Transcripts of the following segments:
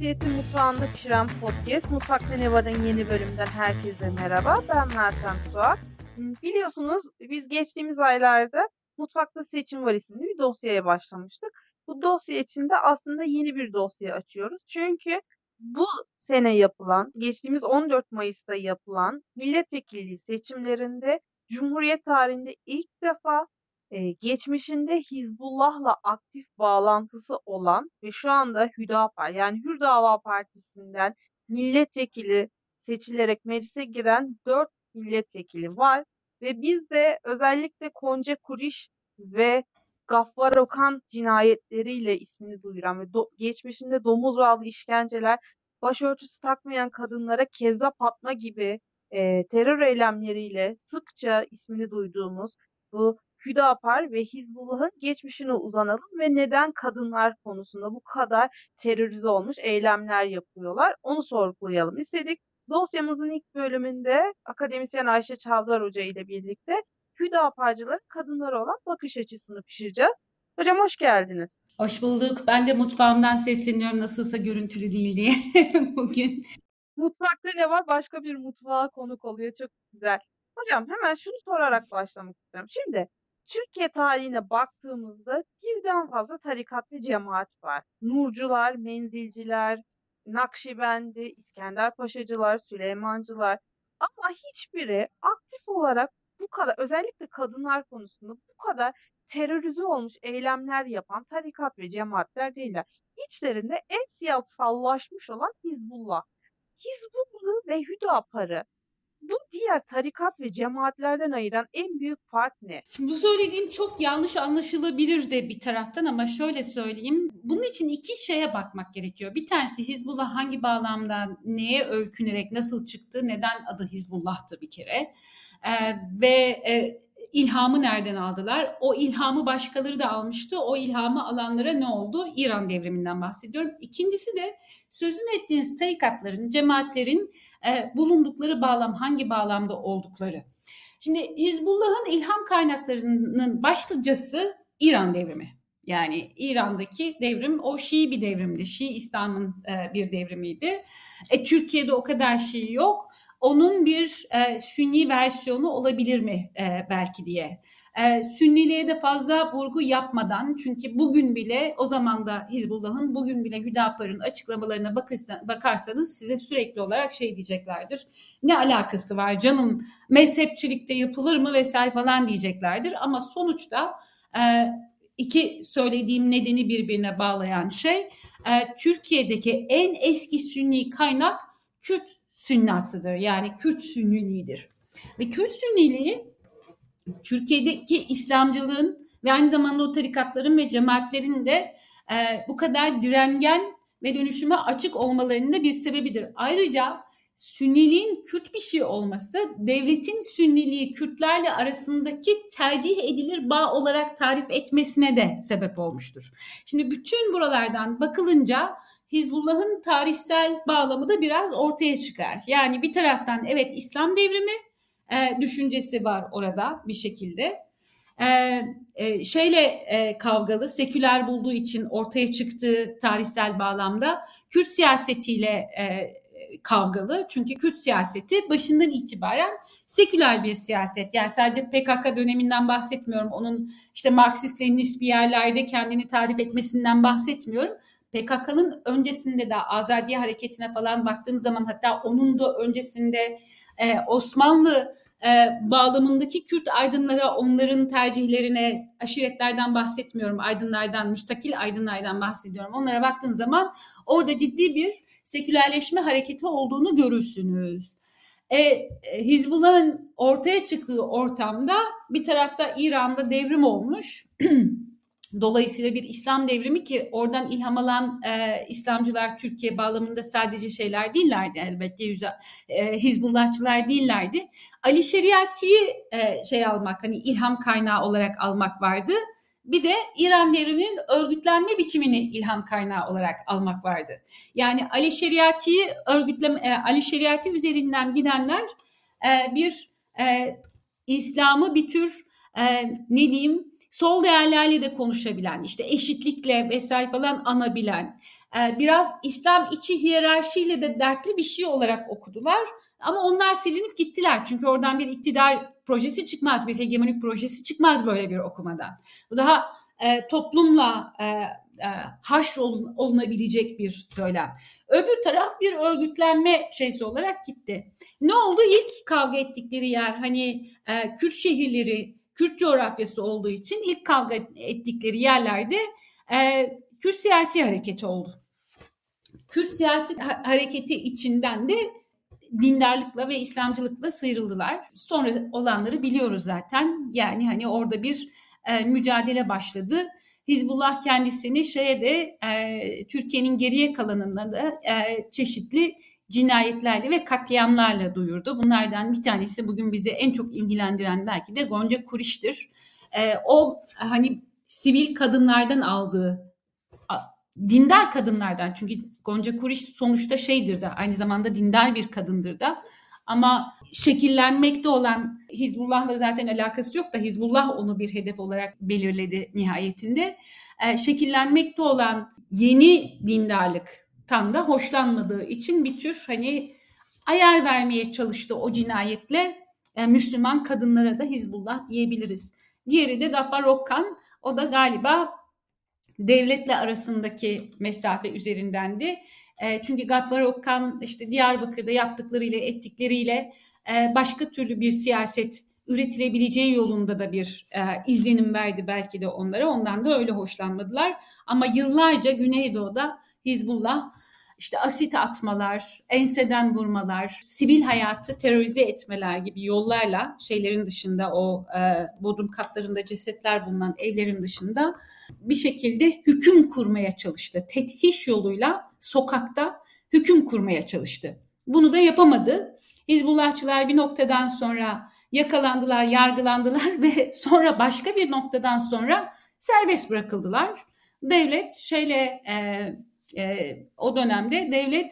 Dosyetin Mutfağında Pişiren Podcast, Mutfakta Ne Var'ın yeni bölümünden herkese merhaba. Ben Meltem Suat. Biliyorsunuz biz geçtiğimiz aylarda Mutfakta Seçim Var isimli bir dosyaya başlamıştık. Bu dosya içinde aslında yeni bir dosya açıyoruz. Çünkü bu sene yapılan, geçtiğimiz 14 Mayıs'ta yapılan milletvekilliği seçimlerinde Cumhuriyet tarihinde ilk defa geçmişinde Hizbullah'la aktif bağlantısı olan ve şu anda Hüdapar yani Hür Dava Partisi'nden milletvekili seçilerek meclise giren 4 milletvekili var ve biz de özellikle Konca Kuriş ve Gaffar Okan cinayetleriyle ismini duyuran ve geçmişinde domuz bağlı işkenceler, başörtüsü takmayan kadınlara kezzap atma gibi terör eylemleriyle sıkça ismini duyduğumuz bu Hüdapar ve Hizbullah'ın geçmişine uzanalım ve neden kadınlar konusunda bu kadar terörize olmuş eylemler yapıyorlar onu sorgulayalım istedik. Dosyamızın ilk bölümünde akademisyen Ayşe Çavdar Hoca ile birlikte Hüdaparcıların kadınlara olan bakış açısını pişireceğiz. Hocam hoş geldiniz. Hoş bulduk. Ben de mutfağımdan sesleniyorum nasılsa görüntülü değil diye bugün. Mutfakta ne var? Başka bir mutfağa konuk oluyor. Çok güzel. Hocam hemen şunu sorarak başlamak istiyorum. Şimdi Türkiye tarihine baktığımızda birden fazla tarikat ve cemaat var. Nurcular, Menzilciler, Nakşibendi, İskenderpaşacılar, Süleymancılar. Ama hiçbiri aktif olarak bu kadar, özellikle kadınlar konusunda bu kadar terörize olmuş eylemler yapan tarikat ve cemaatler değiller. İçlerinde en siyasallaşmış olan Hizbullah. Hizbullah'ı ve Hüdapar'ı bu diğer tarikat ve cemaatlerden ayıran en büyük fark ne? Şimdi bu söylediğim çok yanlış anlaşılabilir de bir taraftan ama şöyle söyleyeyim. Bunun için iki şeye bakmak gerekiyor. Bir tanesi Hizbullah hangi bağlamda, neye öykünerek, nasıl çıktı, neden adı Hizbullah'tı bir kere. İlhamı nereden aldılar? O ilhamı başkaları da almıştı. O ilhamı alanlara ne oldu? İran devriminden bahsediyorum. İkincisi de sözünü ettiğiniz tarikatların, cemaatlerin bulundukları bağlam, hangi bağlamda oldukları. Şimdi Hizbullah'ın ilham kaynaklarının başlıcası İran devrimi. Yani İran'daki devrim o Şii bir devrimdi. Şii İslam'ın bir devrimiydi. Türkiye'de o kadar Şii yok. Onun bir Sünni versiyonu olabilir mi belki diye. Sünniliğe de fazla vurgu yapmadan, çünkü bugün bile o zaman da Hizbullah'ın, bugün bile Hüdapar'ın açıklamalarına bakarsanız size sürekli olarak şey diyeceklerdir. Ne alakası var canım, mezhepçilikte yapılır mı vesaire falan diyeceklerdir. Ama sonuçta iki söylediğim nedeni birbirine bağlayan şey, Türkiye'deki en eski Sünni kaynak Kürt Sünnasıdır. Yani Kürt Sünniliğidir. Ve Kürt Sünniliği Türkiye'deki İslamcılığın ve aynı zamanda o tarikatların ve cemaatlerin de bu kadar direngen ve dönüşüme açık olmalarının da bir sebebidir. Ayrıca Sünniliğin Kürt bir şey olması, devletin Sünniliği Kürtlerle arasındaki tercih edilir bağ olarak tarif etmesine de sebep olmuştur. Şimdi bütün buralardan bakılınca Hizbullah'ın tarihsel bağlamı da biraz ortaya çıkar. Yani bir taraftan evet İslam devrimi düşüncesi var orada bir şekilde. Kavgalı, seküler bulduğu için ortaya çıktığı tarihsel bağlamda Kürt siyasetiyle kavgalı. Çünkü Kürt siyaseti başından itibaren seküler bir siyaset. Yani sadece PKK döneminden bahsetmiyorum. Onun işte Marksist-Leninist bir yerlerde kendini tarif etmesinden bahsetmiyorum. PKK'nın öncesinde de Azadiye hareketine falan baktığım zaman, hatta onun da öncesinde Osmanlı bağlamındaki Kürt aydınlara, onların tercihlerine, aşiretlerden bahsetmiyorum, aydınlardan, müstakil aydınlardan bahsediyorum. Onlara baktığın zaman orada ciddi bir sekülerleşme hareketi olduğunu görürsünüz. Hizbullah'ın ortaya çıktığı ortamda bir tarafta İran'da devrim olmuş. Dolayısıyla bir İslam devrimi ki oradan ilham alan İslamcılar Türkiye bağlamında sadece şeyler değillerdi elbette, Hizbullahçılar değillerdi. Ali Şeriati'yi almak, hani ilham kaynağı olarak almak vardı. Bir de İran devriminin örgütlenme biçimini ilham kaynağı olarak almak vardı. Yani Ali Şeriati üzerinden gidenler İslam'ı bir tür sol değerlerle de konuşabilen, işte eşitlikle vesaire falan anabilen, biraz İslam içi hiyerarşiyle de dertli bir şey olarak okudular. Ama onlar silinip gittiler. Çünkü oradan bir iktidar projesi çıkmaz, bir hegemonik projesi çıkmaz böyle bir okumadan. Bu daha toplumla haşrolunabilecek bir söylem. Öbür taraf bir örgütlenme şeysi olarak gitti. Ne oldu? İlk kavga ettikleri yer hani Kürt şehirleri, Kürt coğrafyası olduğu için ilk kavga ettikleri yerlerde Kürt siyasi hareketi oldu. Kürt siyasi hareketi içinden de dindarlıkla ve İslamcılıkla sıyrıldılar. Sonra olanları biliyoruz zaten. Yani hani orada bir mücadele başladı. Hizbullah kendisini Türkiye'nin geriye kalanında da çeşitli cinayetlerle ve katliamlarla duyurdu. Bunlardan bir tanesi bugün bizi en çok ilgilendiren belki de Gonca Kuriş'tir. O hani sivil kadınlardan aldığı, dindar kadınlardan, çünkü Gonca Kuriş sonuçta aynı zamanda dindar bir kadındır da, ama şekillenmekte olan Hizbullah'la zaten alakası yok da Hizbullah onu bir hedef olarak belirledi nihayetinde. Şekillenmekte olan yeni dindarlıktan da hoşlanmadığı için bir tür hani ayar vermeye çalıştı o cinayetle Müslüman kadınlara da Hizbullah diyebiliriz. Diğeri de Gafar Okkan, o da galiba devletle arasındaki mesafe üzerindendi. Çünkü Gaffar Okkan işte Diyarbakır'da yaptıklarıyla, ettikleriyle başka türlü bir siyaset üretilebileceği yolunda da bir izlenim verdi belki de onlara. Ondan da öyle hoşlanmadılar. Ama yıllarca Güneydoğu'da Hizbullah işte asit atmalar, enseden vurmalar, sivil hayatı terörize etmeler gibi yollarla, şeylerin dışında, o bodrum katlarında cesetler bulunan evlerin dışında bir şekilde hüküm kurmaya çalıştı. Tethiş yoluyla sokakta hüküm kurmaya çalıştı. Bunu da yapamadı. Hizbullahçılar bir noktadan sonra yakalandılar, yargılandılar ve sonra başka bir noktadan sonra serbest bırakıldılar. Devlet o dönemde devlet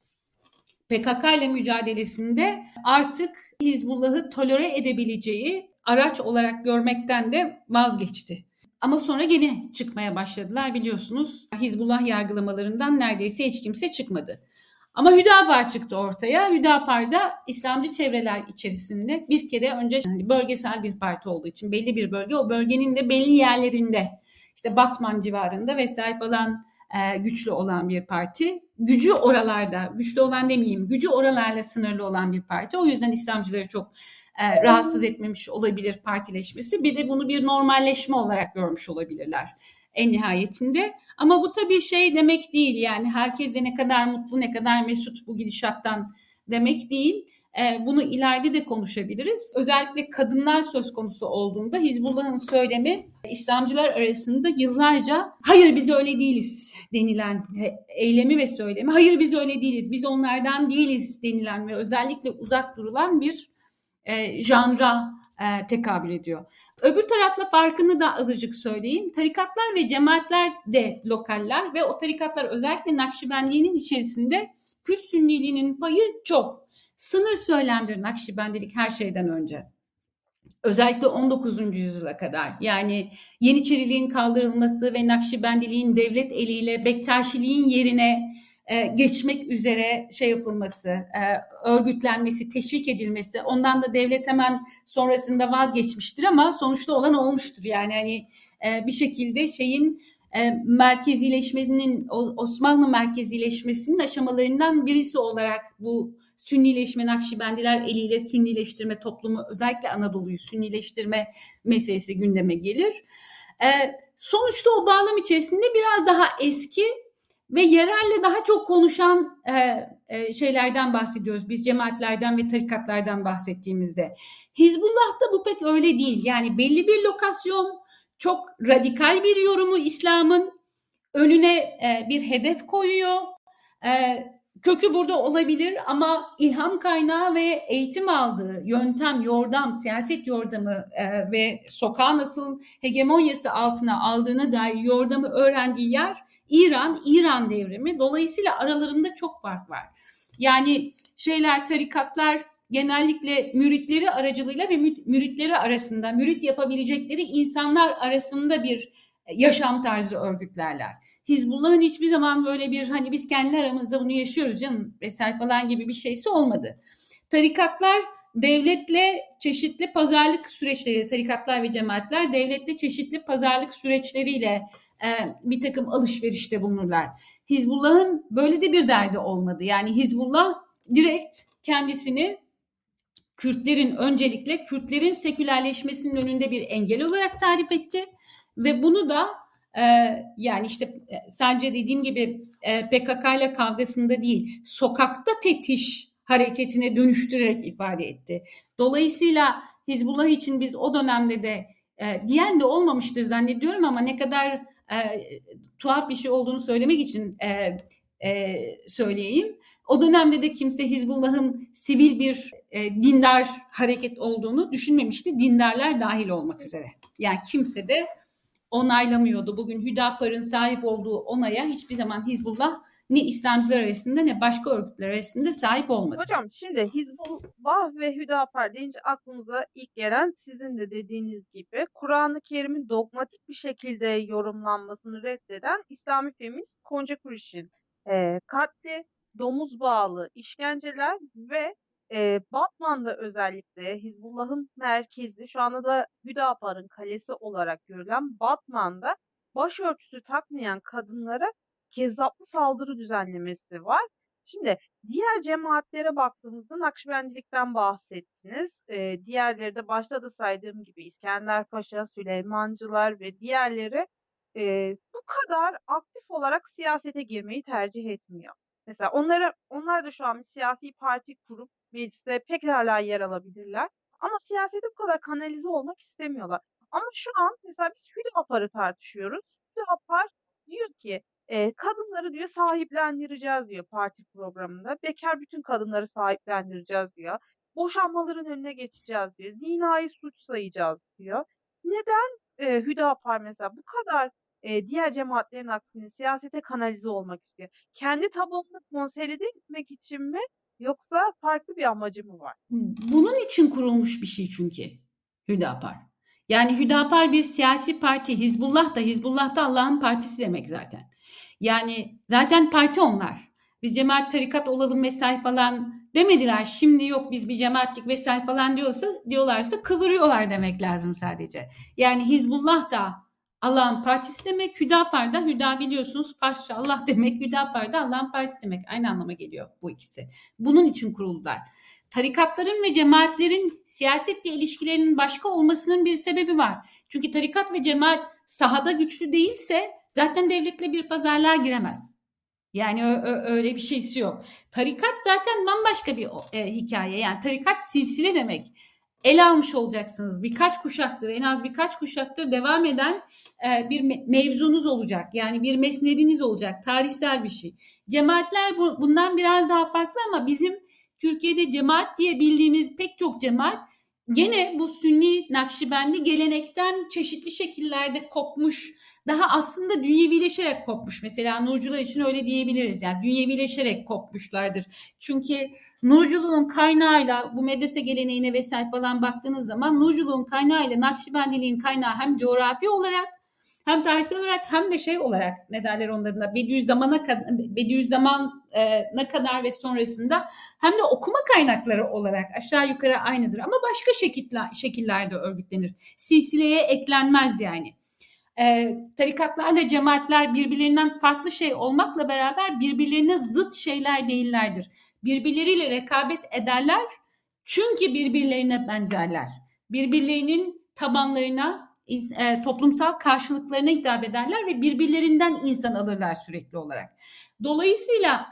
PKK ile mücadelesinde artık Hizbullah'ı tolere edebileceği araç olarak görmekten de vazgeçti. Ama sonra gene çıkmaya başladılar, biliyorsunuz. Hizbullah yargılamalarından neredeyse hiç kimse çıkmadı. Ama Hüdapar çıktı ortaya. Hüdapar'da İslamcı çevreler içerisinde bir kere önce bölgesel bir parti olduğu için belli bir bölge, o bölgenin de belli yerlerinde, işte Batman civarında vesaire falan güçlü olan bir parti. Gücü oralarda, güçlü olan demeyeyim, gücü oralarla sınırlı olan bir parti. O yüzden İslamcıları çok rahatsız etmemiş olabilir partileşmesi. Bir de bunu bir normalleşme olarak görmüş olabilirler en nihayetinde. Ama bu tabii demek değil, yani herkes de ne kadar mutlu, ne kadar mesut bu gidişattan demek değil. Bunu ileride de konuşabiliriz. Özellikle kadınlar söz konusu olduğunda Hizbullah'ın söylemi İslamcılar arasında yıllarca hayır biz öyle değiliz denilen eylemi ve söylemi, hayır biz öyle değiliz, biz onlardan değiliz denilen ve özellikle uzak durulan bir janra tekabül ediyor. Öbür tarafla farkını da azıcık söyleyeyim. Tarikatlar ve cemaatler de lokaller ve o tarikatlar özellikle Nakşibendiye'nin içerisinde Kürt Sünniliğinin payı çok. Sınır söylemdir Nakşibendilik her şeyden önce. Özellikle 19. yüzyıla kadar, yani Yeniçeriliğin kaldırılması ve Nakşibendiliğin devlet eliyle Bektaşiliğin yerine geçmek üzere yapılması, örgütlenmesi, teşvik edilmesi, ondan da devlet hemen sonrasında vazgeçmiştir ama sonuçta olan olmuştur. Yani hani bir şekilde merkezileşmenin, Osmanlı merkezileşmesinin aşamalarından birisi olarak bu Sünnileşme, Nakşibendiler eliyle Sünnileştirme, toplumu özellikle Anadolu'yu Sünnileştirme meselesi gündeme gelir. Sonuçta o bağlam içerisinde biraz daha eski ve yerelle daha çok konuşan şeylerden bahsediyoruz. Biz cemaatlerden ve tarikatlardan bahsettiğimizde. Hizbullah'ta bu pek öyle değil. Yani belli bir lokasyon, çok radikal bir yorumu İslam'ın önüne bir hedef koyuyor. Kökü burada olabilir ama ilham kaynağı ve eğitim aldığı yöntem, yordam, siyaset yordamı ve sokağı nasıl hegemonyası altına aldığına dair yordamı öğrendiği yer İran devrimi. Dolayısıyla aralarında çok fark var. Yani tarikatlar genellikle müritleri aracılığıyla ve müritleri arasında, mürit yapabilecekleri insanlar arasında bir yaşam tarzı örgütlerler. Hizbullah'ın hiçbir zaman böyle bir hani biz kendi aramızda bunu yaşıyoruz canım vesaire falan gibi bir şeysi olmadı. Tarikatlar devletle çeşitli pazarlık süreçleri, tarikatlar ve cemaatler devletle çeşitli pazarlık süreçleriyle bir takım alışverişte bulunurlar. Hizbullah'ın böyle de bir derdi olmadı. Yani Hizbullah direkt kendisini öncelikle Kürtlerin sekülerleşmesinin önünde bir engel olarak tarif etti ve bunu da yani işte sadece dediğim gibi PKK ile kavgasında değil, sokakta tetiş hareketine dönüştürerek ifade etti. Dolayısıyla Hizbullah için biz o dönemde de diyen de olmamıştır zannediyorum ama ne kadar tuhaf bir şey olduğunu söylemek için söyleyeyim. O dönemde de kimse Hizbullah'ın sivil bir dindar hareket olduğunu düşünmemişti. Dindarlar dahil olmak üzere. Yani kimse de onaylamıyordu. Bugün Hüdapar'ın sahip olduğu onaya hiçbir zaman Hizbullah ne İslamcılar arasında ne başka örgütler arasında sahip olmadı. Hocam şimdi Hizbullah ve Hüdapar deyince aklımıza ilk gelen sizin de dediğiniz gibi Kur'an-ı Kerim'in dogmatik bir şekilde yorumlanmasını reddeden İslami feminist Gonca Kuriş'in katli, domuz bağlı işkenceler ve Batman'da özellikle Hizbullah'ın merkezi şu anda da Hüdapar'ın kalesi olarak görülen Batman'da başörtüsü takmayan kadınlara kezzaplı saldırı düzenlemesi var. Şimdi diğer cemaatlere baktığımızda Nakşibendilikten bahsettiniz. Diğerleri de başta da saydığım gibi İskenderpaşa, Süleymancılar ve diğerleri bu kadar aktif olarak siyasete girmeyi tercih etmiyor. Mesela onlar da şu an bir siyasi parti kurup mecliste pekala yer alabilirler. Ama siyasete bu kadar kanalize olmak istemiyorlar. Ama şu an mesela biz Hüdapar'ı tartışıyoruz. Hüdapar diyor ki kadınları diyor sahiplendireceğiz diyor parti programında. Bekar bütün kadınları sahiplendireceğiz diyor. Boşanmaların önüne geçeceğiz diyor. Zinayı suç sayacağız diyor. Neden Hüdapar mesela bu kadar diğer cemaatlerin aksine siyasete kanalize olmak istiyor? Kendi tabanını konsolide etmek için mi yoksa farklı bir amacı mı var? Bunun için kurulmuş bir şey çünkü Hüdapar. Yani Hüdapar bir siyasi parti. Hizbullah da Allah'ın partisi demek zaten. Yani zaten parti onlar. Biz cemaat tarikat olalım vesaire falan demediler. Şimdi yok biz bir cemaatlik vesaire falan diyorlarsa kıvırıyorlar demek lazım sadece. Yani Hizbullah da Allah'ın partisi demek. Hüdapar da Hüda biliyorsunuz Farsça Allah demek. Hüdapar da Allah'ın partisi demek. Aynı anlama geliyor bu ikisi. Bunun için kuruldular. Tarikatların ve cemaatlerin siyasetle ilişkilerinin başka olmasının bir sebebi var. Çünkü tarikat ve cemaat sahada güçlü değilse zaten devletle bir pazarlığa giremez. Yani öyle bir şeysi yok. Tarikat zaten bambaşka bir hikaye. Yani tarikat silsile demek. El almış olacaksınız. En az birkaç kuşaktır devam eden bir mevzunuz olacak. Yani bir mesnediniz olacak. Tarihsel bir şey. Cemaatler bundan biraz daha farklı ama bizim Türkiye'de cemaat diye bildiğimiz pek çok cemaat gene bu Sünni Nakşibendi gelenekten çeşitli şekillerde kopmuş, daha aslında dünyevileşerek kopmuş. Mesela Nurcular için öyle diyebiliriz. Yani dünyevileşerek kopmuşlardır. Çünkü Nurculuğun kaynağıyla bu medrese geleneğine vesaire falan baktığınız zaman Nurculuğun kaynağıyla Nakşibendiliğin kaynağı hem coğrafi olarak hem tarihsel olarak hem de şey olarak ne derler onların Bediüzzaman'a kadar ve sonrasında hem de okuma kaynakları olarak aşağı yukarı aynıdır ama başka şekillerde örgütlenir. Silsileye eklenmez yani. Tarikatlarla cemaatler birbirlerinden farklı şey olmakla beraber birbirlerine zıt şeyler değillerdir. Birbirleriyle rekabet ederler çünkü birbirlerine benzerler. Birbirlerinin tabanlarına, toplumsal karşılıklarına hitap ederler ve birbirlerinden insan alırlar sürekli olarak. Dolayısıyla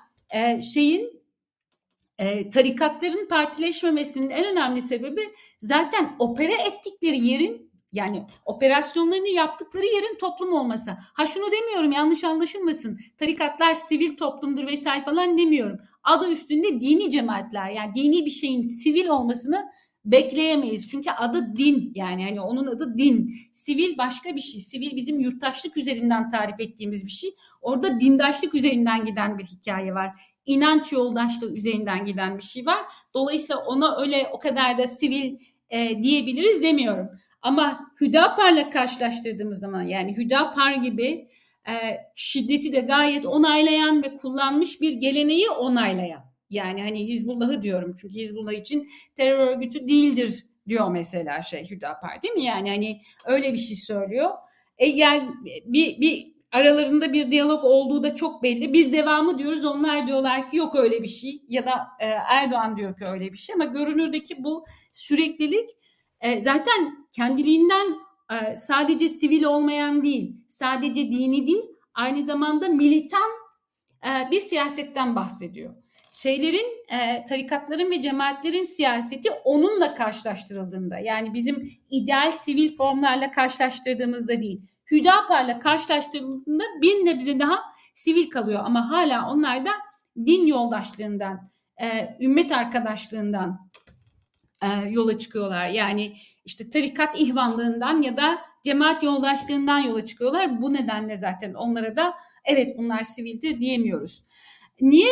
tarikatların partileşmemesinin en önemli sebebi zaten opera ettikleri yerin, yani operasyonlarını yaptıkları yerin toplum olması. Şunu demiyorum, yanlış anlaşılmasın. Tarikatlar sivil toplumdur vesaire falan demiyorum. Adı üstünde dini cemaatler, yani dini bir şeyin sivil olmasını bekleyemeyiz. Çünkü adı din, yani onun adı din. Sivil başka bir şey. Sivil bizim yurttaşlık üzerinden tarif ettiğimiz bir şey. Orada dindaşlık üzerinden giden bir hikaye var. inanç yoldaşlığı üzerinden giden bir şey var. Dolayısıyla ona öyle o kadar da sivil diyebiliriz demiyorum. Ama Hüdapar'la karşılaştırdığımız zaman, yani Hüdapar gibi şiddeti de gayet onaylayan ve kullanmış bir geleneği onaylayan. Yani hani Hizbullah'ı diyorum çünkü Hizbullah için terör örgütü değildir diyor mesela Hüdapar, değil mi? Yani hani öyle bir şey söylüyor. Yani bir aralarında bir diyalog olduğu da çok belli. Biz devamı diyoruz, onlar diyorlar ki yok öyle bir şey, ya da Erdoğan diyor ki öyle bir şey, ama görünürdeki bu süreklilik zaten kendiliğinden sadece sivil olmayan değil, sadece dini değil, aynı zamanda militan bir siyasetten bahsediyor. Tarikatların ve cemaatlerin siyaseti onunla karşılaştırıldığında, yani bizim ideal sivil formlarla karşılaştırdığımızda değil, Hüdapar'la karşılaştırıldığında bir nebze daha sivil kalıyor, ama hala onlar da din yoldaşlığından, ümmet arkadaşlığından yola çıkıyorlar. Yani işte tarikat ihvanlığından ya da cemaat yoldaşlığından yola çıkıyorlar. Bu nedenle zaten onlara da evet bunlar sivildir diyemiyoruz. Niye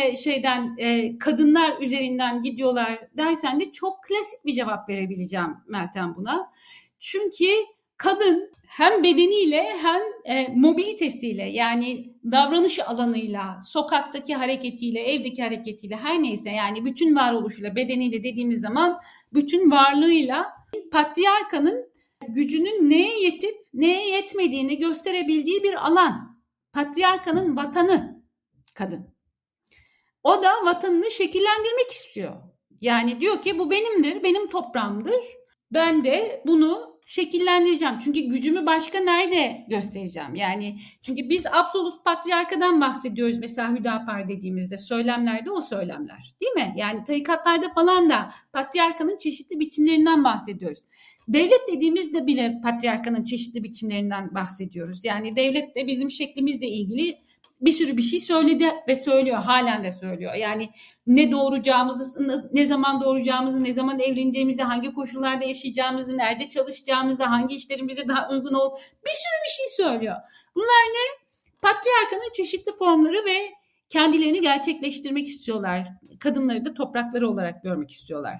kadınlar üzerinden gidiyorlar dersen de çok klasik bir cevap verebileceğim Meltem buna. Çünkü kadın hem bedeniyle hem mobilitesiyle, yani davranış alanıyla, sokaktaki hareketiyle, evdeki hareketiyle, her neyse, yani bütün varoluşuyla, bedeniyle dediğimiz zaman bütün varlığıyla patriarkanın gücünün neye yetip neye yetmediğini gösterebildiği bir alan. Patriarkanın vatanı kadın. O da vatanını şekillendirmek istiyor. Yani diyor ki bu benimdir, benim toprağımdır. Ben de bunu şekillendireceğim. Çünkü gücümü başka nerede göstereceğim? Yani çünkü biz absolut patriarkadan bahsediyoruz mesela Hüdapar dediğimizde, söylemlerde o söylemler, değil mi? Yani tarikatlarda falan da patriarkanın çeşitli biçimlerinden bahsediyoruz. Devlet dediğimizde bile patriarkanın çeşitli biçimlerinden bahsediyoruz. Yani devlet de bizim şeklimizle ilgili bir sürü bir şey söyledi ve söylüyor, halen de söylüyor. Yani ne doğuracağımızı, ne zaman doğuracağımızı, ne zaman evleneceğimizi, hangi koşullarda yaşayacağımızı, nerede çalışacağımızı, hangi işlerin bize daha uygun ol, bir sürü bir şey söylüyor. Bunlar ne? Patriarkanın çeşitli formları ve kendilerini gerçekleştirmek istiyorlar. Kadınları da toprakları olarak görmek istiyorlar.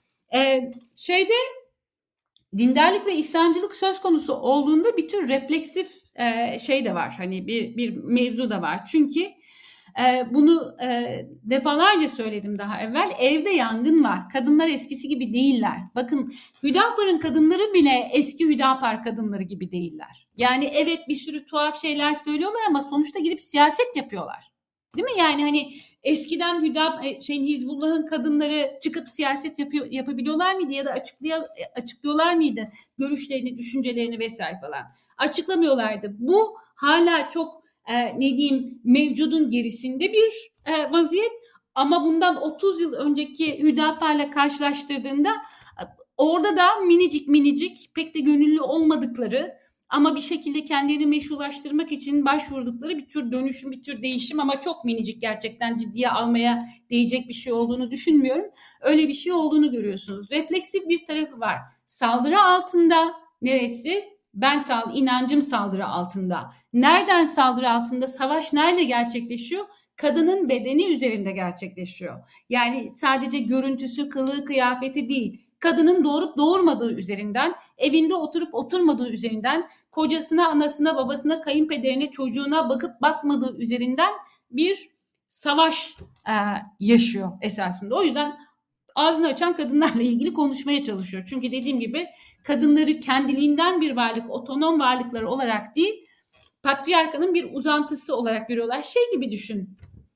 Dindarlık ve İslamcılık söz konusu olduğunda bir tür refleksif de var. Hani bir mevzu da var. Çünkü bunu defalarca söyledim daha evvel. Evde yangın var. Kadınlar eskisi gibi değiller. Bakın Hüdapar'ın kadınları bile eski Hüdapar kadınları gibi değiller. Yani evet bir sürü tuhaf şeyler söylüyorlar ama sonuçta gidip siyaset yapıyorlar. Değil mi? Yani hani eskiden Hizbullah'ın kadınları çıkıp siyaset yapabiliyorlar mıydı ya da açıklıyorlar mıydı görüşlerini, düşüncelerini vesaire falan? Açıklamıyorlardı. Bu hala çok mevcudun gerisinde bir vaziyet, ama bundan 30 yıl önceki Hüdapar'la karşılaştırdığında orada da minicik pek de gönüllü olmadıkları ama bir şekilde kendilerini meşrulaştırmak için başvurdukları bir tür dönüşüm, bir tür değişim, ama çok minicik, gerçekten ciddiye almaya değecek bir şey olduğunu düşünmüyorum. Öyle bir şey olduğunu görüyorsunuz. Refleksif bir tarafı var. Saldırı altında neresi? İnancım saldırı altında. Nereden saldırı altında? Savaş nerede gerçekleşiyor? Kadının bedeni üzerinde gerçekleşiyor. Yani sadece görüntüsü, kılığı, kıyafeti değil. Kadının doğurup doğurmadığı üzerinden, evinde oturup oturmadığı üzerinden, kocasına, anasına, babasına, kayınpederine, çocuğuna bakıp bakmadığı üzerinden bir savaş yaşıyor esasında. O yüzden ağzını açan kadınlarla ilgili konuşmaya çalışıyor. Çünkü dediğim gibi kadınları kendiliğinden bir varlık, otonom varlıkları olarak değil, patriarkanın bir uzantısı olarak görüyorlar. Gibi düşün.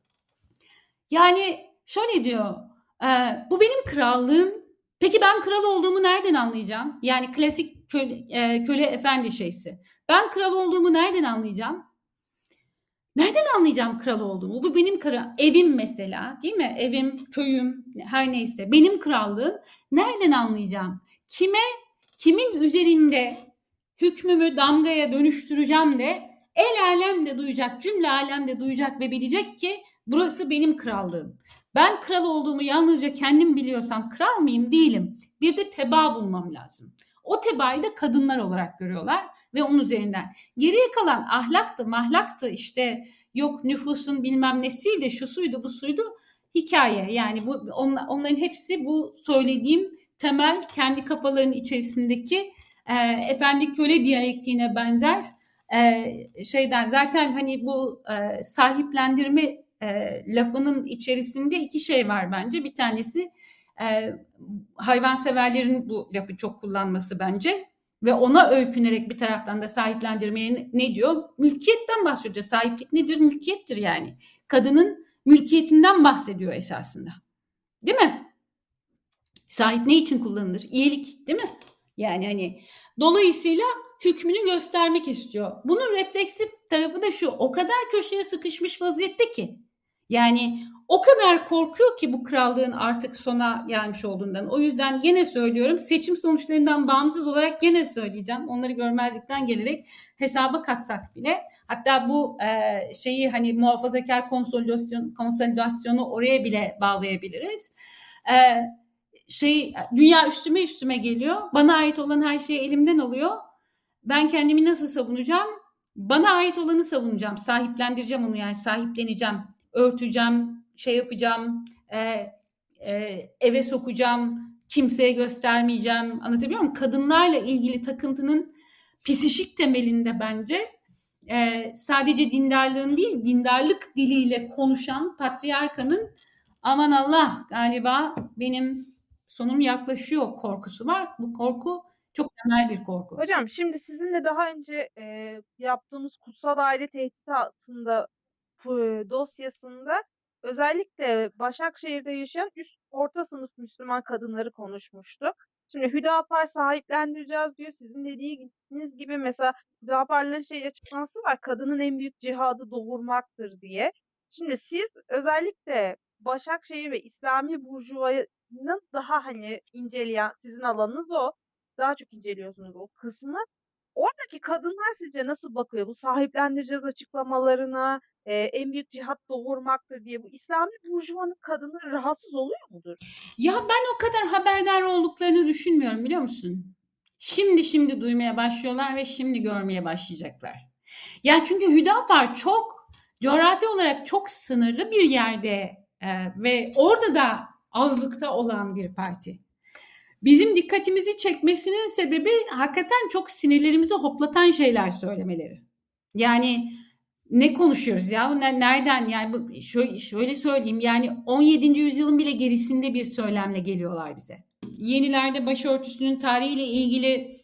Yani şöyle diyor, bu benim krallığım. Peki ben kral olduğumu nereden anlayacağım? Yani klasik köle efendi şeysi. Ben kral olduğumu nereden anlayacağım? Nereden anlayacağım kral olduğumu? Bu benim evim mesela, değil mi? Evim, köyüm, her neyse. Benim krallığım. Nereden anlayacağım? Kimin üzerinde hükmümü damgaya dönüştüreceğim de el alem de duyacak, cümle alem de duyacak ve bilecek ki burası benim krallığım. Ben kral olduğumu yalnızca kendim biliyorsam kral mıyım? Değilim. Bir de tebaa bulmam lazım. O tebaayı da kadınlar olarak görüyorlar ve onun üzerinden. Geriye kalan ahlaktı, mahlaktı, işte yok nüfusun bilmem nesiydi, şu suydu, bu suydu, hikaye. Yani bu onların hepsi bu söylediğim temel kendi kafalarının içerisindeki efendi köle diyalektiğine benzer şeyden. Zaten hani bu sahiplendirme lafının içerisinde iki şey var bence. Bir tanesi hayvanseverlerin bu lafı çok kullanması bence ve ona öykünerek bir taraftan da sahiplendirmeye ne diyor? Mülkiyetten bahsediyor. Sahiplik nedir? Mülkiyettir yani. Kadının mülkiyetinden bahsediyor esasında. Değil mi? Sahip ne için kullanılır? İyilik, değil mi? Yani hani dolayısıyla hükmünü göstermek istiyor. Bunun refleksif tarafı da şu: o kadar köşeye sıkışmış vaziyette ki, yani o kadar korkuyor ki bu krallığın artık sona gelmiş olduğundan. O yüzden gene söylüyorum, seçim sonuçlarından bağımsız olarak gene söyleyeceğim. Onları görmezlikten gelerek hesaba katsak bile, hatta bu şeyi hani muhafazakar konsolidasyonu oraya bile bağlayabiliriz. Dünya üstüme geliyor. Bana ait olan her şeyi elimden alıyor. Ben kendimi nasıl savunacağım? Bana ait olanı savunacağım. Sahiplendireceğim onu, yani sahipleneceğim. Örteceğim, şey yapacağım, eve sokacağım, kimseye göstermeyeceğim. Anlatabiliyor muyum? Kadınlarla ilgili takıntının psişik temelinde bence sadece dindarlığın değil, dindarlık diliyle konuşan patriarkanın aman Allah galiba benim sonum yaklaşıyor korkusu var. Bu korku çok temel bir korku. Hocam şimdi sizinle daha önce yaptığımız kutsal aile tehdit altında dosyasında özellikle Başakşehir'de yaşayan üst orta sınıf Müslüman kadınları konuşmuştuk. Şimdi Hüdapar sahiplendireceğiz diyor. Sizin dediğiniz gibi mesela Hüdapar'ların açıklaması var. Kadının en büyük cihadı doğurmaktır diye. Şimdi siz özellikle Başakşehir ve İslami Burjuva'nın daha hani inceleyen, sizin alanınız o. Daha çok inceliyorsunuz o kısmı. Oradaki kadınlar sizce nasıl bakıyor bu sahiplendireceğiz açıklamalarına, en büyük cihat doğurmaktır diye? Bu İslami burjuvanın kadını rahatsız oluyor mudur? Ya ben o kadar haberdar olduklarını düşünmüyorum, biliyor musun? Şimdi duymaya başlıyorlar ve şimdi görmeye başlayacaklar. Ya çünkü Hüdapar çok coğrafi olarak çok sınırlı bir yerde ve orada da azlıkta olan bir parti. Bizim dikkatimizi çekmesinin sebebi hakikaten çok sinirlerimizi hoplatan şeyler söylemeleri. Yani ne konuşuyoruz ya? Nereden? Yani şöyle söyleyeyim. Yani 17. yüzyılın bile gerisinde bir söylemle geliyorlar bize. Yenilerde başörtüsünün tarihiyle ilgili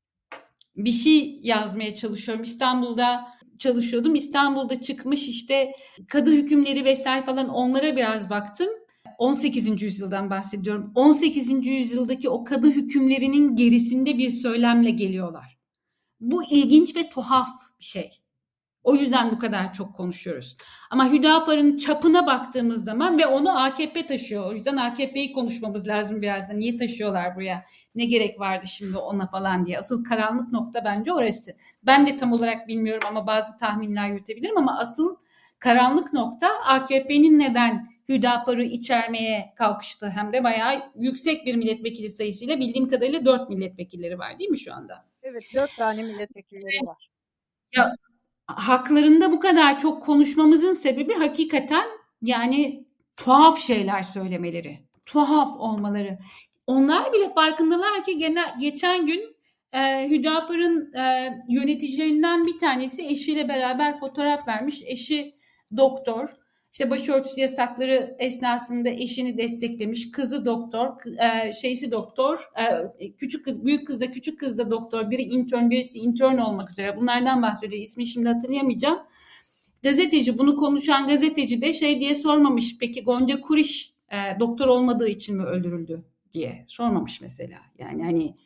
bir şey yazmaya çalışıyorum. İstanbul'da çalışıyordum. İstanbul'da çıkmış işte kadı hükümleri vesaire falan, onlara biraz baktım. 18. yüzyıldan bahsediyorum. 18. yüzyıldaki o kadı hükümlerinin gerisinde bir söylemle geliyorlar. Bu ilginç ve tuhaf bir şey. O yüzden bu kadar çok konuşuyoruz. Ama Hüdapar'ın çapına baktığımız zaman ve onu AKP taşıyor. O yüzden AKP'yi konuşmamız lazım birazdan. Niye taşıyorlar buraya? Ne gerek vardı şimdi ona falan diye. Asıl karanlık nokta bence orası. Ben de tam olarak bilmiyorum ama bazı tahminler yürütebilirim, ama asıl karanlık nokta AKP'nin neden Hüdapar'ı içermeye kalkıştı, hem de bayağı yüksek bir milletvekili sayısıyla, bildiğim kadarıyla 4 milletvekilleri var değil mi şu anda? Evet, 4 tane milletvekilleri var. Ya haklarında bu kadar çok konuşmamızın sebebi hakikaten yani tuhaf şeyler söylemeleri, tuhaf olmaları. Onlar bile farkındalar ki geçen gün Hüdapar'ın yöneticilerinden bir tanesi eşiyle beraber fotoğraf vermiş. Eşi doktor. İşte başörtüsü yasakları esnasında eşini desteklemiş. Kızı doktor, şeysi doktor, küçük kız, büyük kız da küçük kız da doktor. Biri intern, birisi intern olmak üzere. Bunlardan bahsediyor. İsmini şimdi hatırlayamayacağım. Gazeteci, bunu konuşan gazeteci de şey diye sormamış. Peki Gonca Kuriş doktor olmadığı için mi öldürüldü diye sormamış mesela. Yani hani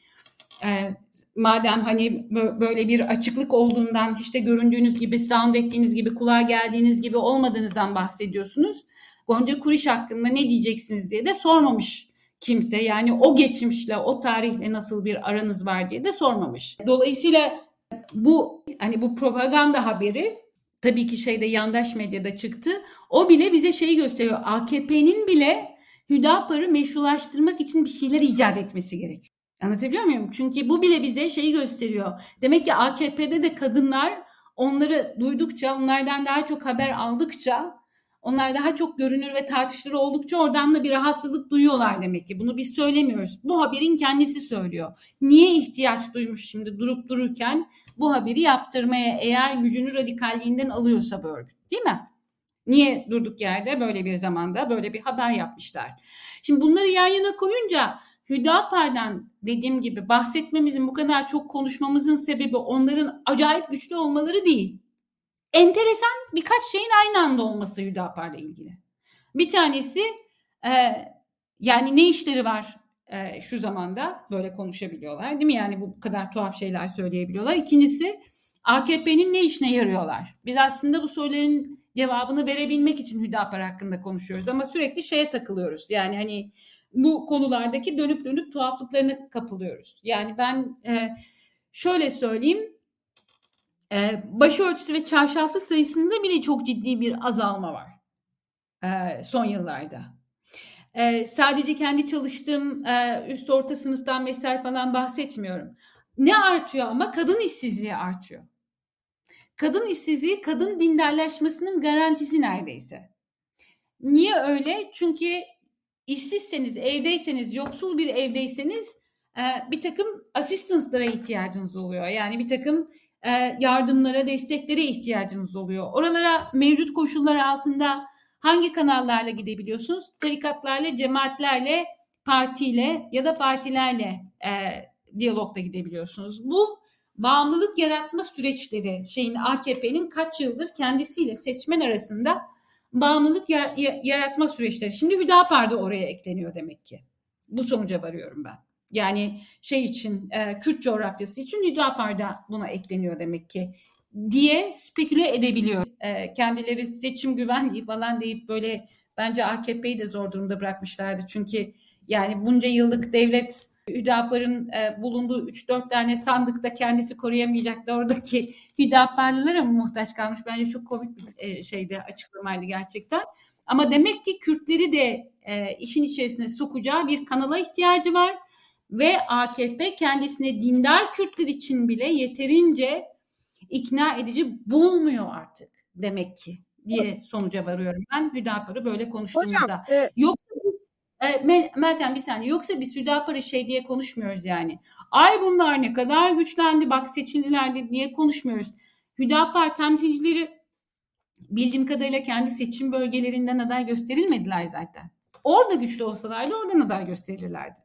madem hani böyle bir açıklık olduğundan, işte göründüğünüz gibi, sound ettiğiniz gibi, kulağa geldiğiniz gibi olmadığınızdan bahsediyorsunuz. Gonca Kuriş hakkında ne diyeceksiniz diye de sormamış kimse. Yani o geçmişle, o tarihle nasıl bir aranız var diye de sormamış. Dolayısıyla bu hani bu propaganda haberi tabii ki şeyde, yandaş medyada çıktı. O bile bize şeyi gösteriyor. AKP'nin bile Hüdapar'ı meşrulaştırmak için bir şeyler icat etmesi gerekiyor. Anlatabiliyor muyum? Çünkü bu bile bize şeyi gösteriyor. Demek ki AKP'de de kadınlar onları duydukça, onlardan daha çok haber aldıkça, onlar daha çok görünür ve tartışılır oldukça oradan da bir rahatsızlık duyuyorlar demek ki. Bunu biz söylemiyoruz. Bu haberin kendisi söylüyor. Niye ihtiyaç duymuş şimdi durup dururken bu haberi yaptırmaya, eğer gücünü radikalliğinden alıyorsa bu örgüt, değil mi? Niye durduk yerde böyle bir zamanda böyle bir haber yapmışlar? Şimdi bunları yan yana koyunca Hüdapar'dan dediğim gibi bahsetmemizin, bu kadar çok konuşmamızın sebebi onların acayip güçlü olmaları değil. Enteresan birkaç şeyin aynı anda olması Hüdapar'la ilgili. Bir tanesi yani ne işleri var şu zamanda böyle konuşabiliyorlar, değil mi? Yani bu kadar tuhaf şeyler söyleyebiliyorlar. İkincisi AKP'nin ne işine yarıyorlar? Biz aslında bu soruların cevabını verebilmek için Hüdapar hakkında konuşuyoruz ama sürekli şeye takılıyoruz. Yani hani bu konulardaki dönüp dönüp tuhaflıklarına kapılıyoruz. Yani ben şöyle söyleyeyim, başörtüsü ve çarşaflı sayısında bile çok ciddi bir azalma var son yıllarda. Sadece kendi çalıştığım üst orta sınıftan vesaire falan bahsetmiyorum. Ne artıyor ama? Kadın işsizliği artıyor. Kadın işsizliği, kadın dindarlaşmasının garantisi neredeyse. Niye öyle? Çünkü işsizseniz, evdeyseniz, yoksul bir evdeyseniz bir takım asistance'lara ihtiyacınız oluyor. Yani bir takım yardımlara, desteklere ihtiyacınız oluyor. Oralara mevcut koşullar altında hangi kanallarla gidebiliyorsunuz? Tarikatlarla, cemaatlerle, partiyle ya da partilerle diyalogda gidebiliyorsunuz. Bu bağımlılık yaratma süreçleri AKP'nin kaç yıldır kendisiyle seçmen arasında bağımlılık yaratma süreçleri. Şimdi Hüdapar da oraya ekleniyor demek ki. Bu sonuca varıyorum ben. Yani Kürt coğrafyası için Hüdapar da buna ekleniyor demek ki diye speküle edebiliyor. Kendileri seçim güvenliği falan deyip böyle bence AKP'yi de zor durumda bırakmışlardı. Çünkü yani bunca yıllık devlet Hüdapar'ın bulunduğu 3-4 tane sandıkta kendisi koruyamayacaktı. Oradaki Hüdaparlılara mı muhtaç kalmış? Bence çok komik bir açıklamaydı gerçekten. Ama demek ki Kürtleri de işin içerisine sokacağı bir kanala ihtiyacı var. Ve AKP kendisine dindar Kürtler için bile yeterince ikna edici bulmuyor artık demek ki diye sonuca varıyorum ben Hüdapar'ı böyle Hocam, konuştuğumuzda. Yoksa Meltem bir saniye. Yoksa biz Hüdapar'ı diye konuşmuyoruz yani. Ay bunlar ne kadar güçlendi bak seçildiler diye konuşmuyoruz. Hüdapar temsilcileri bildiğim kadarıyla kendi seçim bölgelerinden aday gösterilmediler zaten. Orada güçlü olsalardı oradan aday gösterilirlerdi.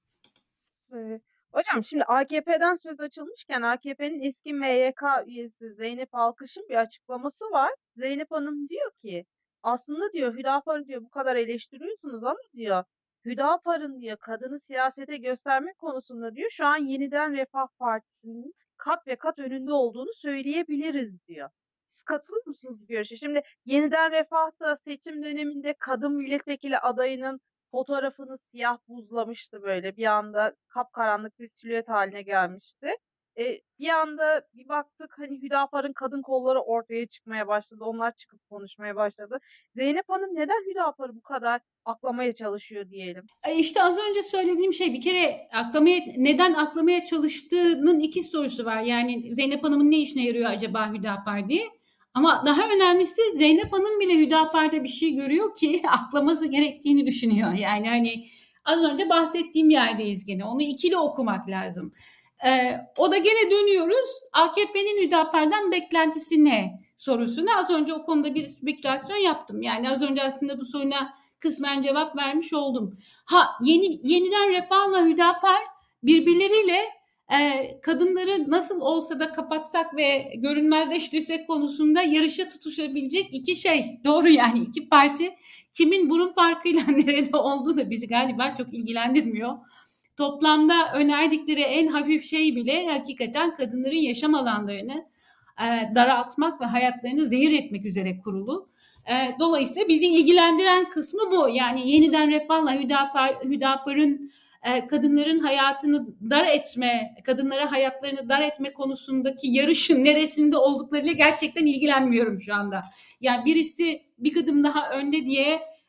Hocam şimdi AKP'den söz açılmışken AKP'nin eski MYK üyesi Zeynep Alkış'ın bir açıklaması var. Zeynep Hanım diyor ki aslında diyor Hüdapar'ı diyor bu kadar eleştiriyorsunuz ama diyor Hüdapar'ın diyor kadını siyasete göstermek konusunda diyor şu an Yeniden Refah Partisi'nin kat ve kat önünde olduğunu söyleyebiliriz diyor. Siz katılır mısınız bu görüşe? Şimdi Yeniden Refah'ta seçim döneminde kadın milletvekili adayının fotoğrafını siyah buzlamıştı böyle. Bir anda kapkaranlık bir silüet haline gelmişti. Bir anda bir baktık hani Hüdapar'ın kadın kolları ortaya çıkmaya başladı. Onlar çıkıp konuşmaya başladı. Zeynep Hanım neden Hüdapar'ı bu kadar aklamaya çalışıyor diyelim? İşte az önce söylediğim şey bir kere neden aklamaya çalıştığının iki sorusu var. Yani Zeynep Hanım'ın ne işine yarıyor acaba Hüdapar diye. Ama daha önemlisi Zeynep Hanım bile Hüdapar'da bir şey görüyor ki aklaması gerektiğini düşünüyor. Yani hani az önce bahsettiğim yerdeyiz gene. Onu ikili okumak lazım. O da gene dönüyoruz. AKP'nin Hüdapar'dan beklentisi ne sorusuna. Az önce o konuda bir spekülasyon yaptım. Yani az önce aslında bu soruna kısmen cevap vermiş oldum. Yeniden Refah'la Hüdapar birbirleriyle kadınları nasıl olsa da kapatsak ve görünmezleştirsek konusunda yarışa tutuşabilecek iki şey. Doğru yani iki parti kimin burun farkıyla nerede olduğu da bizi galiba çok ilgilendirmiyor. Toplamda önerdikleri en hafif şey bile hakikaten kadınların yaşam alanlarını daraltmak ve hayatlarını zehir etmek üzere kurulu. Dolayısıyla bizi ilgilendiren kısmı bu. Yani Yeniden Refah'la Hüdapar'ın kadınların hayatını dar etme, kadınlara hayatlarını dar etme konusundaki yarışın neresinde olduklarıyla gerçekten ilgilenmiyorum şu anda. Yani birisi bir adım daha önde diye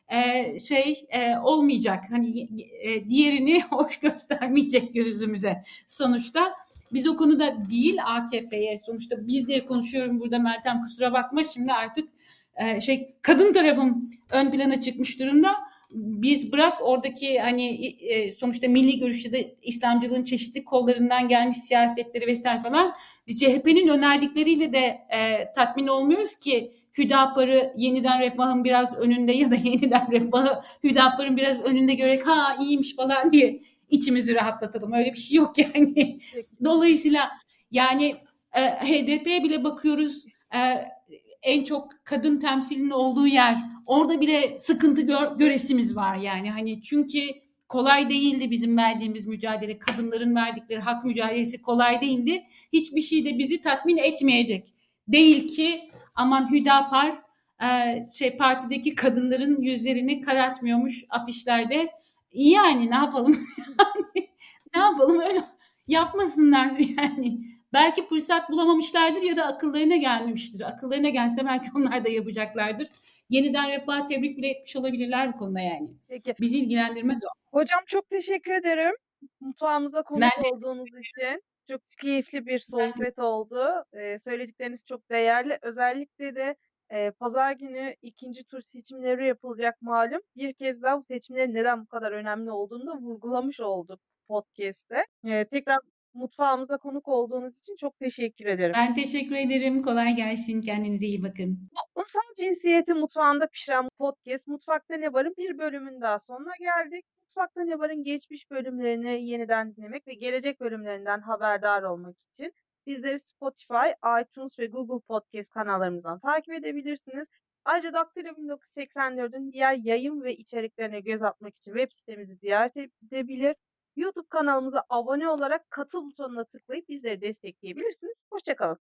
olmayacak. Hani diğerini hoş göstermeyecek gözümüze sonuçta. Biz o konuda değil AKP'ye sonuçta biz diye konuşuyorum burada Meltem kusura bakma şimdi artık kadın tarafım ön plana çıkmış durumda. Biz bırak oradaki hani sonuçta milli görüşte de İslamcılığın çeşitli kollarından gelmiş siyasetleri vesaire falan biz CHP'nin önerdikleriyle de tatmin olmuyoruz ki Hüdapar'ı yeniden Refah'ın biraz önünde ya da yeniden Refah'ı Hüdapar'ın biraz önünde görerek ha iyiymiş falan diye içimizi rahatlatalım. Öyle bir şey yok yani. Dolayısıyla yani HDP'ye bile bakıyoruz en çok kadın temsilinin olduğu yer. Orada bile sıkıntı göresimiz var yani. Hani çünkü kolay değildi bizim verdiğimiz mücadele. Kadınların verdikleri hak mücadelesi kolay değildi. Hiçbir şey de bizi tatmin etmeyecek. Değil ki aman Hüdapar partideki kadınların yüzlerini karartmıyormuş afişlerde. Yani ne yapalım? Ne yapalım öyle yapmasınlar yani. Belki fırsat bulamamışlardır ya da akıllarına gelmemiştir. Akıllarına gelse belki onlar da yapacaklardır. Yeniden Refah'a tebrik bile etmiş olabilirler bu konuda yani. Peki. Bizi ilgilendirmez o. Hocam çok teşekkür ederim. Mutfağımıza konuk olduğunuz için. Çok keyifli bir sohbet oldu. Söyledikleriniz çok değerli. Özellikle de pazar günü ikinci tur seçimleri yapılacak malum. Bir kez daha bu seçimlerin neden bu kadar önemli olduğunu da vurgulamış olduk podcast'te. Tekrar mutfağımıza konuk olduğunuz için çok teşekkür ederim. Ben teşekkür ederim. Kolay gelsin. Kendinize iyi bakın. Toplumsal cinsiyeti mutfağında pişiren podcast Mutfakta Ne Var'ın bir bölümün daha sonuna geldik. Mutfakta Ne Var'ın geçmiş bölümlerini yeniden dinlemek ve gelecek bölümlerinden haberdar olmak için bizleri Spotify, iTunes ve Google Podcast kanallarımızdan takip edebilirsiniz. Ayrıca Daktilo 1984'ün diğer yayın ve içeriklerine göz atmak için web sitemizi ziyaret edebilir. YouTube kanalımıza abone olarak katıl butonuna tıklayıp bizleri destekleyebilirsiniz. Hoşça kalın.